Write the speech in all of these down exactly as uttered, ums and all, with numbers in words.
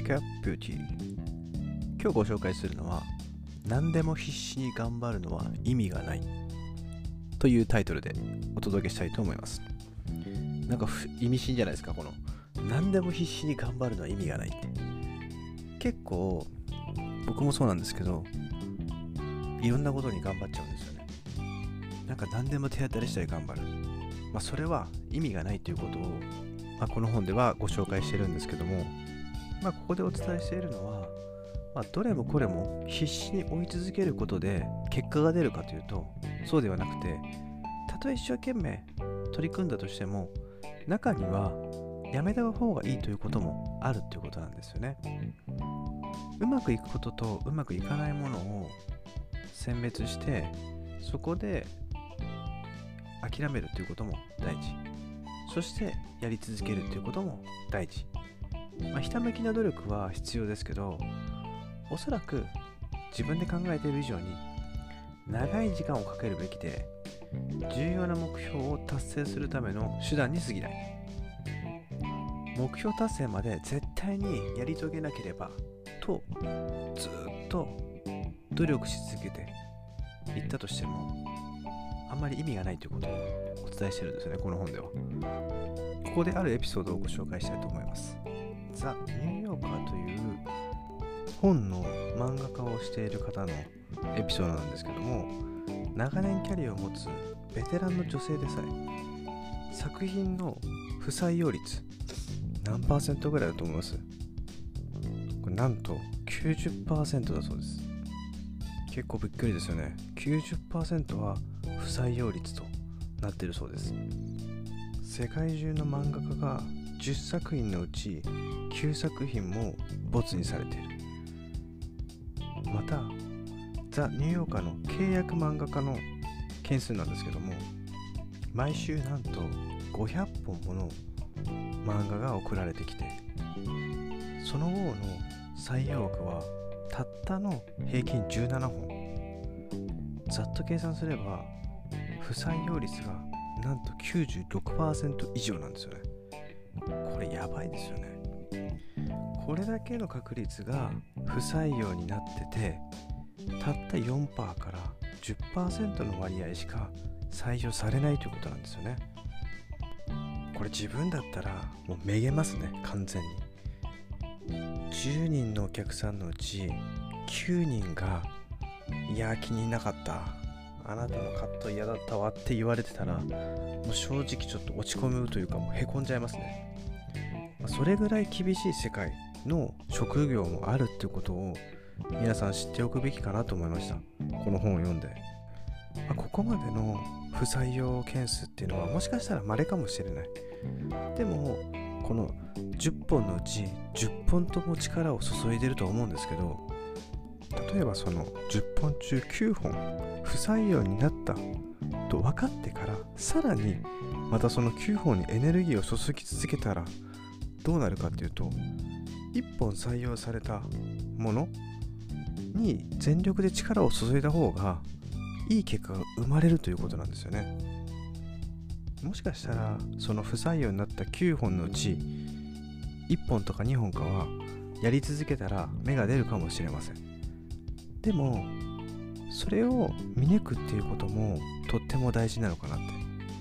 Wake Up Beauty。 今日ご紹介するのは何でも必死に頑張るのは意味がないというタイトルでお届けしたいと思います。なんか意味深じゃないですか、この何でも必死に頑張るのは意味がないって。結構僕もそうなんですけど、いろんなことに頑張っちゃうんですよね。なんか何でも手当たりしたり頑張る、まあ、それは意味がないということを、まあ、この本ではご紹介しているんですけども、まあ、ここでお伝えしているのは、まあ、どれもこれも必死に追い続けることで結果が出るかというと、そうではなくて、たとえ一生懸命取り組んだとしても、中にはやめた方がいいということもあるということなんですよね。うまくいくこととうまくいかないものを選別して、そこで諦めるということも大事。そしてやり続けるということも大事。まあ、ひたむきな努力は必要ですけど、おそらく自分で考えている以上に長い時間をかけるべきで、重要な目標を達成するための手段に過ぎない。目標達成まで絶対にやり遂げなければとずっと努力し続けていったとしても、あんまり意味がないということをお伝えしているんですよね、この本では。ここであるエピソードをご紹介したいと思います。ザ・ニューヨーカーという本の漫画家をしている方のエピソードなんですけども、長年キャリアを持つベテランの女性でさえ、作品の不採用率何パーセントぐらいだと思います？これなんと きゅうじゅっパーセント だそうです。結構びっくりですよね。 きゅうじゅっパーセント は不採用率となっているそうです。世界中の漫画家がじゅっさく品のうちきゅうさく品もボツにされている。またザ・ニューヨーカーの契約漫画家の件数なんですけども、毎週なんとごひゃっぽんもの漫画が送られてきて、その後の採用額はたったの平均じゅうななほん。ざっと計算すれば不採用率がなんと きゅうじゅうろくパーセント 以上なんですよね。これやばいですよね。これだけの確率が不採用になってて、たった よんパーセント から じゅっパーセント の割合しか採用されないということなんですよね。これ自分だったらもうめげますね、完全に。じゅうにんのお客さんのうちきゅうにんがいや気に入らなかった、あなたのカット嫌だったわって言われてたら、もう正直ちょっと落ち込むというか、もうへこんじゃいますね。それぐらい厳しい世界の職業もあるっていうことを皆さん知っておくべきかなと思いました、この本を読んで。まあ、ここまでの不採用件数っていうのはもしかしたら稀かもしれない。でもこのじゅっぽんのうちじゅっぽんとも力を注いでると思うんですけど、例えばそのじゅっぽん中きゅうほん不採用になったと分かってから、さらにまたそのきゅうほんにエネルギーを注ぎ続けたらどうなるかっていうと、いっぽん採用されたものに全力で力を注いだ方がいい結果が生まれるということなんですよね。もしかしたらその不採用になったきゅうほんのうちいっぽんとかにほんかはやり続けたら芽が出るかもしれません。でもそれを見抜くっていうこともとっても大事なのかなって。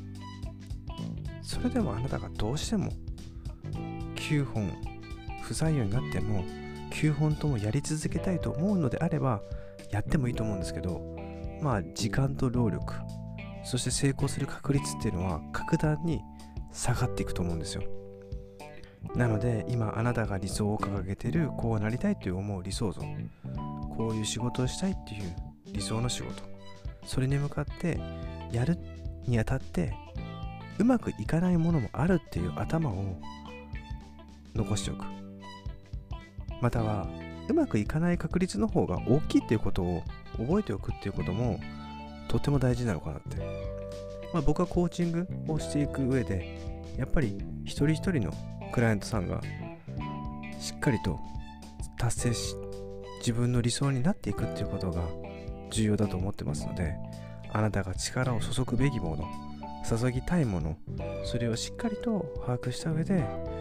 それでもあなたがどうしてもきゅうほん不採用になってもきゅうほんともやり続けたいと思うのであればやってもいいと思うんですけど、まあ時間と労力、そして成功する確率っていうのは格段に下がっていくと思うんですよ。なので今あなたが理想を掲げている、こうなりたいという思う理想像、こういう仕事をしたいっていう理想の仕事、それに向かってやるにあたってうまくいかないものもあるっていう頭を残しておく。またはうまくいかない確率の方が大きいっていうことを覚えておくっていうこともとても大事なのかなって。まあ、僕はコーチングをしていく上でやっぱり一人一人のクライアントさんがしっかりと達成し自分の理想になっていくっていうことが重要だと思ってますので、あなたが力を注ぐべきもの、注ぎたいもの、それをしっかりと把握した上で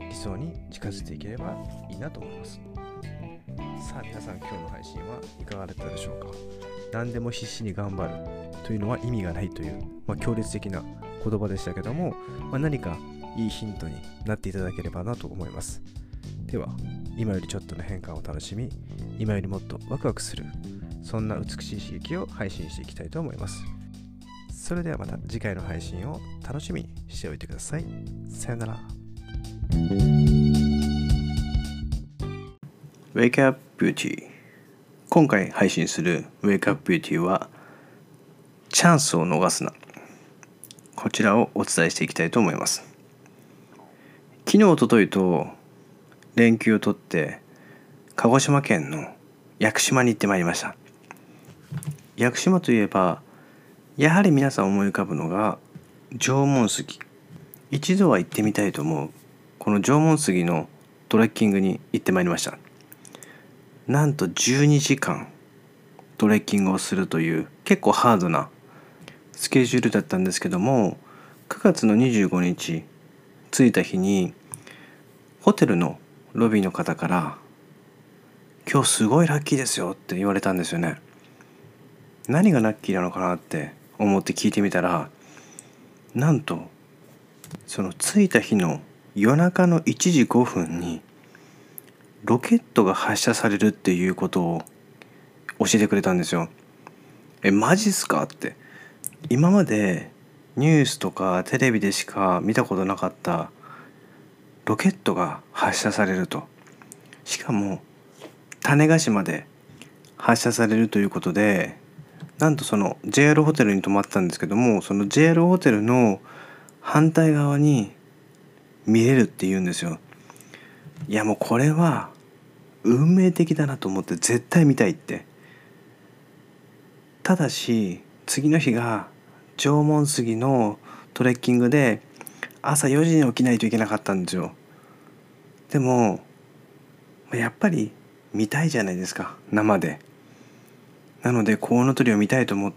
理想に近づいていければいいなと思います。さあ皆さん、今日の配信はいかがだったでしょうか。何でも必死に頑張るというのは意味がないという、まあ、強烈的な言葉でしたけども、まあ、何かいいヒントになっていただければなと思います。では、今よりちょっとの変化を楽しみ、今よりもっとワクワクする、そんな美しい刺激を配信していきたいと思います。それではまた次回の配信を楽しみにしておいてください。さよなら。Wake Up Beauty。 今回配信する Wake Up Beauty はチャンスを逃すな、こちらをお伝えしていきたいと思います。昨日、おとといと連休を取って鹿児島県の屋久島に行ってまいりました。屋久島といえばやはり皆さん思い浮かぶのが縄文杉。一度は行ってみたいと思うこの縄文杉のトレッキングに行ってまいりました。なんとじゅうにじかんトレッキングをするという結構ハードなスケジュールだったんですけども、くがつのにじゅうごにち着いた日にホテルのロビーの方から今日すごいラッキーですよって言われたんですよね。何がラッキーなのかなって思って聞いてみたら、なんとその着いた日の夜中のいちじごふんにロケットが発射されるっていうことを教えてくれたんですよ。え、マジっすかって。今までニュースとかテレビでしか見たことなかったロケットが発射されると。しかも種子島で発射されるということで、なんとその ジェイアール ホテルに泊まったんですけども、その ジェイアール ホテルの反対側に見れるっていうんですよ。いやもうこれは運命的だなと思って絶対見たいって。ただし次の日が縄文杉のトレッキングで朝よじに起きないといけなかったんですよ。でもやっぱり見たいじゃないですか、生で。なのでコウノトリを見たいと思って、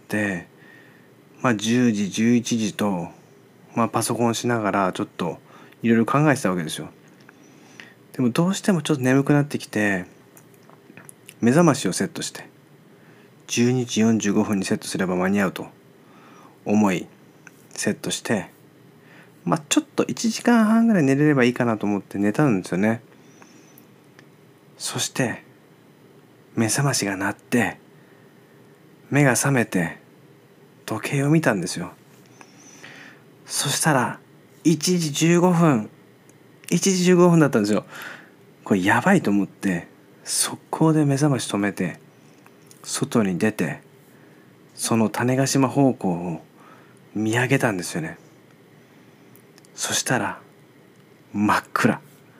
まあ、じゅうじじゅういちじと、まあ、パソコンしながらちょっといろいろ考えてたわけですよ。でもどうしてもちょっと眠くなってきて、目覚ましをセットしてじゅうにじよんじゅうごふんにセットすれば間に合うと思いセットして、まあちょっといちじかんはんぐらい寝れればいいかなと思って寝たんですよね。そして目覚ましが鳴って目が覚めて時計を見たんですよ。そしたらいちじじゅうごふんいちじじゅうごふんだったんですよ。これやばいと思って速攻で目覚まし止めて外に出て、その種子島方向を見上げたんですよね。そしたら真っ暗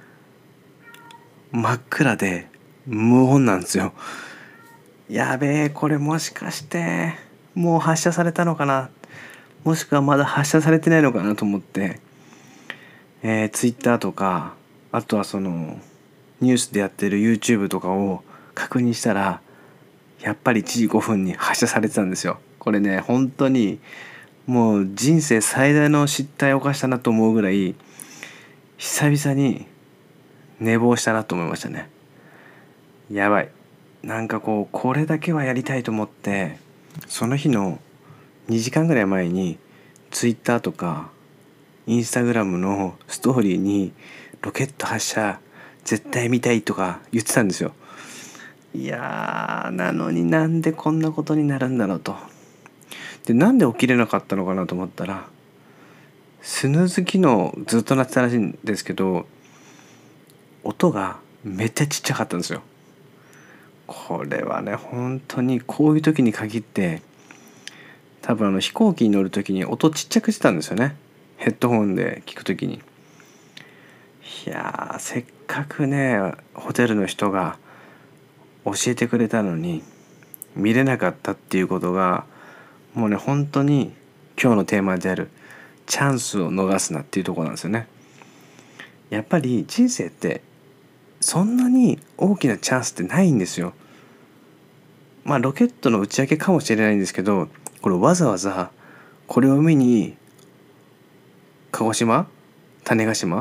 真っ暗で無音なんですよ。やべえ、これもしかしてもう発射されたのかな、もしくはまだ発射されてないのかなと思って、えー、Twitter とかあとはそのニュースでやってる YouTube とかを確認したら、やっぱりいちじごふんに発射されてたんですよ。これね、本当にもう人生最大の失態を犯したなと思うぐらい久々に寝坊したなと思いましたね。やばい、なんかこうこれだけはやりたいと思って、その日のにじかんぐらい前に Twitter とか Instagram のストーリーにロケット発射絶対見たいとか言ってたんですよ。いやー、なのになんでこんなことになるんだろうと。で、なんで起きれなかったのかなと思ったら、スヌーズ機能ずっと鳴ってたらしいんですけど、音がめっちゃちっちゃかったんですよ。これはね、本当にこういう時に限って多分あの飛行機に乗る時に音ちっちゃくしてたんですよね、ヘッドホンで聞く時に。いやー、せっかくねホテルの人が教えてくれたのに見れなかったっていうことが、もうね本当に今日のテーマであるチャンスを逃すなっていうところなんですよね。やっぱり人生ってそんなに大きなチャンスってないんですよ。まあロケットの打ち上げかもしれないんですけど、これわざわざこれを見に鹿児島種子島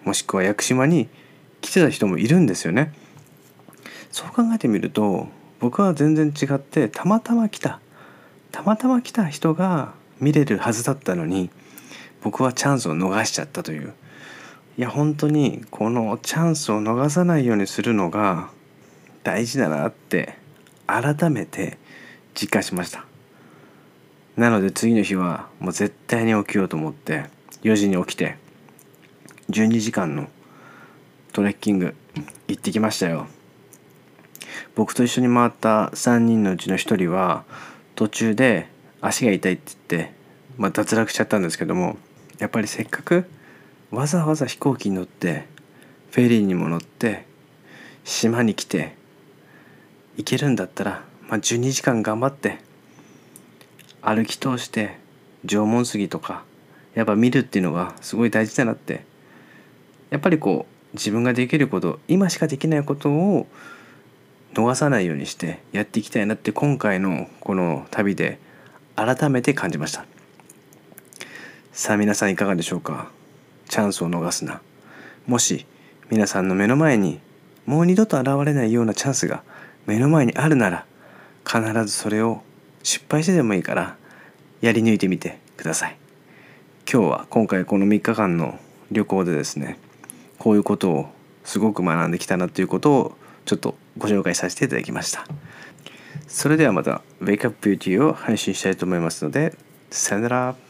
もしくは屋久島に来てた人もいるんですよね。そう考えてみると僕は全然違って、たまたま来たたまたま来た人が見れるはずだったのに、僕はチャンスを逃しちゃったという。いや本当にこのチャンスを逃さないようにするのが大事だなって改めて実感しました。なので次の日はもう絶対に起きようと思ってよじに起きてじゅうにじかんのトレッキング行ってきましたよ。僕と一緒に回ったさんにんのうちのひとりは途中で足が痛いって言って、まあ、脱落しちゃったんですけども、やっぱりせっかくわざわざ飛行機に乗ってフェリーにも乗って島に来て行けるんだったら、まあ、じゅうにじかん頑張って歩き通して縄文杉とかやっぱ見るっていうのがすごい大事だなって。やっぱりこう自分ができること、今しかできないことを逃さないようにしてやっていきたいなって、今回のこの旅で改めて感じました。さあ皆さんいかがでしょうか。チャンスを逃すな。もし皆さんの目の前にもう二度と現れないようなチャンスが目の前にあるなら、必ずそれを失敗してでもいいからやり抜いてみてください。今日は今回このみっかかんの旅行でですね、こういうことをすごく学んできたなということをちょっとご紹介させていただきました。それではまた Wake Up Beauty を配信したいと思いますので、さよなら。